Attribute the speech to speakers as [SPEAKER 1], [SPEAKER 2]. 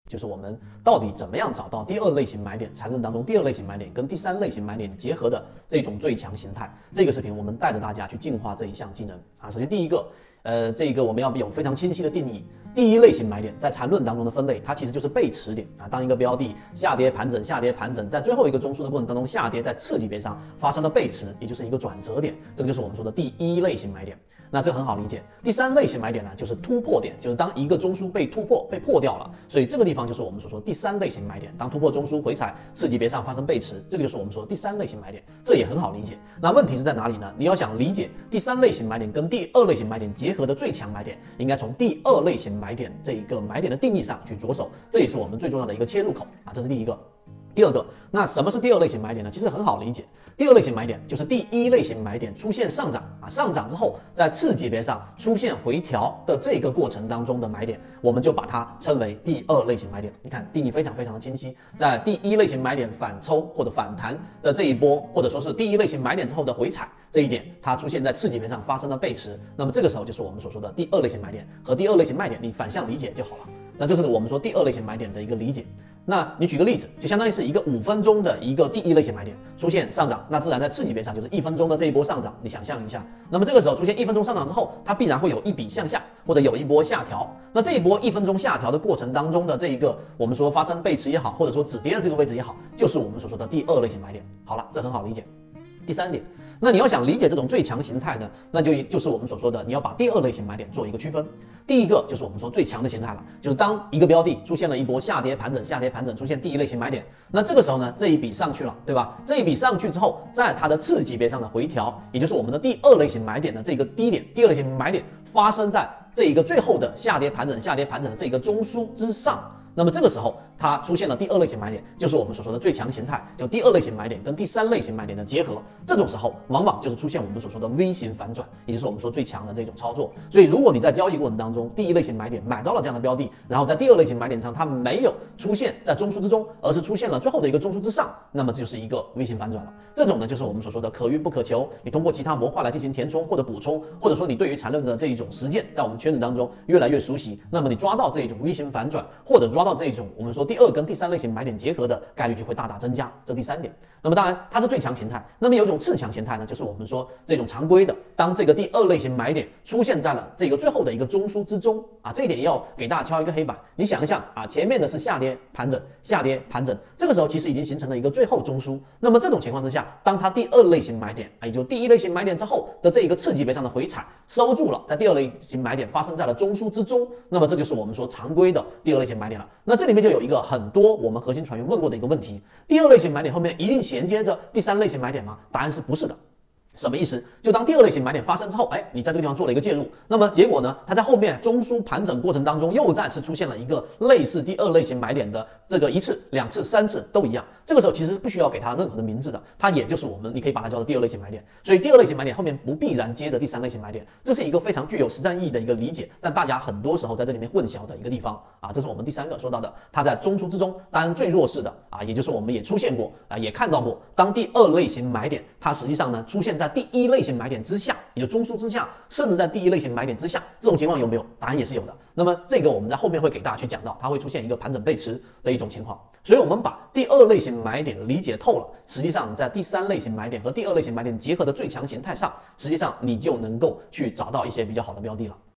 [SPEAKER 1] 就是我们到底怎么样找到第二类型买点，缠论当中第二类型买点跟第三类型买点结合的这种最强形态。这个视频我们带着大家去进化这一项技能啊。首先第一个，这个我们要有非常清晰的定义。第一类型买点在缠论当中的分类，它其实就是背驰点啊。当一个标的下跌盘整，下跌盘整，在最后一个中枢的过程当中下跌，在次级别上发生了背驰，也就是一个转折点，这个就是我们说的第一类型买点。那这很好理解。第三类型买点呢，就是突破点，就是当一个中枢被突破、被破掉了，所以这个地方就是我们所说的第三类型买点。当突破中枢回踩次级别上发生背驰，这个就是我们说的第三类型买点，这也很好理解。那问题是在哪里呢？你要想理解第三类型买点跟第二类型买点结合的最强买点，应该从第二类型买点这一个买点的定义上去着手，这也是我们最重要的一个切入口啊，这是第一个。第二个，那什么是第二类型买点呢？其实很好理解，第二类型买点就是第一类型买点出现上涨啊，上涨之后在次级别上出现回调的这个过程当中的买点，我们就把它称为第二类型买点。你看定义非常的清晰，在第一类型买点反抽或者反弹的这一波，或者说是第一类型买点之后的回踩，这一点它出现在次级别上发生了背驰，那么这个时候就是我们所说的第二类型买点，和第二类型卖点你反向理解就好了。那这是我们说第二类型买点的一个理解。那你举个例子，就相当于是一个5分钟的一个第一类型买点出现上涨，那自然在次级别上就是1分钟的这一波上涨，你想象一下，那么这个时候出现1分钟上涨之后，它必然会有一笔向下或者有一波下调，那这一波1分钟下调的过程当中的这一个我们说发生背驰也好，或者说止跌的这个位置也好，就是我们所说的第二类型买点。好了，这很好理解。第三点，那你要想理解这种最强形态呢，那就是我们所说的，你要把第二类型买点做一个区分。第一个就是我们说最强的形态了，就是当一个标的出现了一波下跌盘整，下跌盘整出现第一类型买点，那这个时候呢，这一笔上去了，对吧？这一笔上去之后，在它的次级别上的回调，也就是我们的第二类型买点的这个低点，第二类型买点发生在这一个最后的下跌盘整，下跌盘整的这一个中枢之上。那么这个时候它出现了第二类型买点，就是我们所说的最强形态，就第二类型买点跟第三类型买点的结合，这种时候往往就是出现我们所说的 V 型反转，也就是我们说最强的这种操作。所以如果你在交易过程当中，第一类型买点买到了这样的标的，然后在第二类型买点上它没有出现在中枢之中，而是出现了最后的一个中枢之上，那么这就是一个 V 型反转了。这种呢就是我们所说的可遇不可求，你通过其他模块来进行填充或者补充，或者说你对于缠论的这一种实践在我们圈子当中越来越熟悉，那么你抓到这一种 V 型反转，或者抓到这一种我们说第二跟第三类型买点结合的概率就会大大增加，这第三点。那么当然它是最强形态，那么有一种次强形态呢，就是我们说这种常规的，当这个第二类型买点出现在了这个最后的一个中枢之中啊，这一点要给大家敲一个黑板。你想一下啊，前面的是下跌盘整，下跌盘整，这个时候其实已经形成了一个最后中枢。那么这种情况之下，当它第二类型买点啊，也就第一类型买点之后的这一个次级别上的回踩收住了，在第二类型买点发生在了中枢之中，那么这就是我们说常规的第二类型买点了。那这里面就有一个很多我们核心船员问过的一个问题：第二类型买点后面一定衔接着第三类型买点吗？答案是不是的。什么意思？就当第二类型买点发生之后，你在这个地方做了一个介入，那么结果呢，它在后面中枢盘整过程当中又再次出现了一个类似第二类型买点的这个1次、2次、3次都一样。这个时候其实不需要给它任何的名字的，它也就是你可以把它叫做第二类型买点。所以第二类型买点后面不必然接着第三类型买点，这是一个非常具有实战意义的一个理解，但大家很多时候在这里面混淆的一个地方啊。这是我们第三个说到的，它在中枢之中，当然最弱势的啊，也就是我们也出现过啊，也看到过，当第二类型买点它实际上呢出现在第一类型买点之下，也就中枢之下，甚至在第一类型买点之下，这种情况有没有？答案也是有的。那么这个我们在后面会给大家去讲到，它会出现一个盘整背驰的一种情况。所以我们把第二类型买点理解透了，实际上在第三类型买点和第二类型买点结合的最强形态上，实际上你就能够去找到一些比较好的标的了。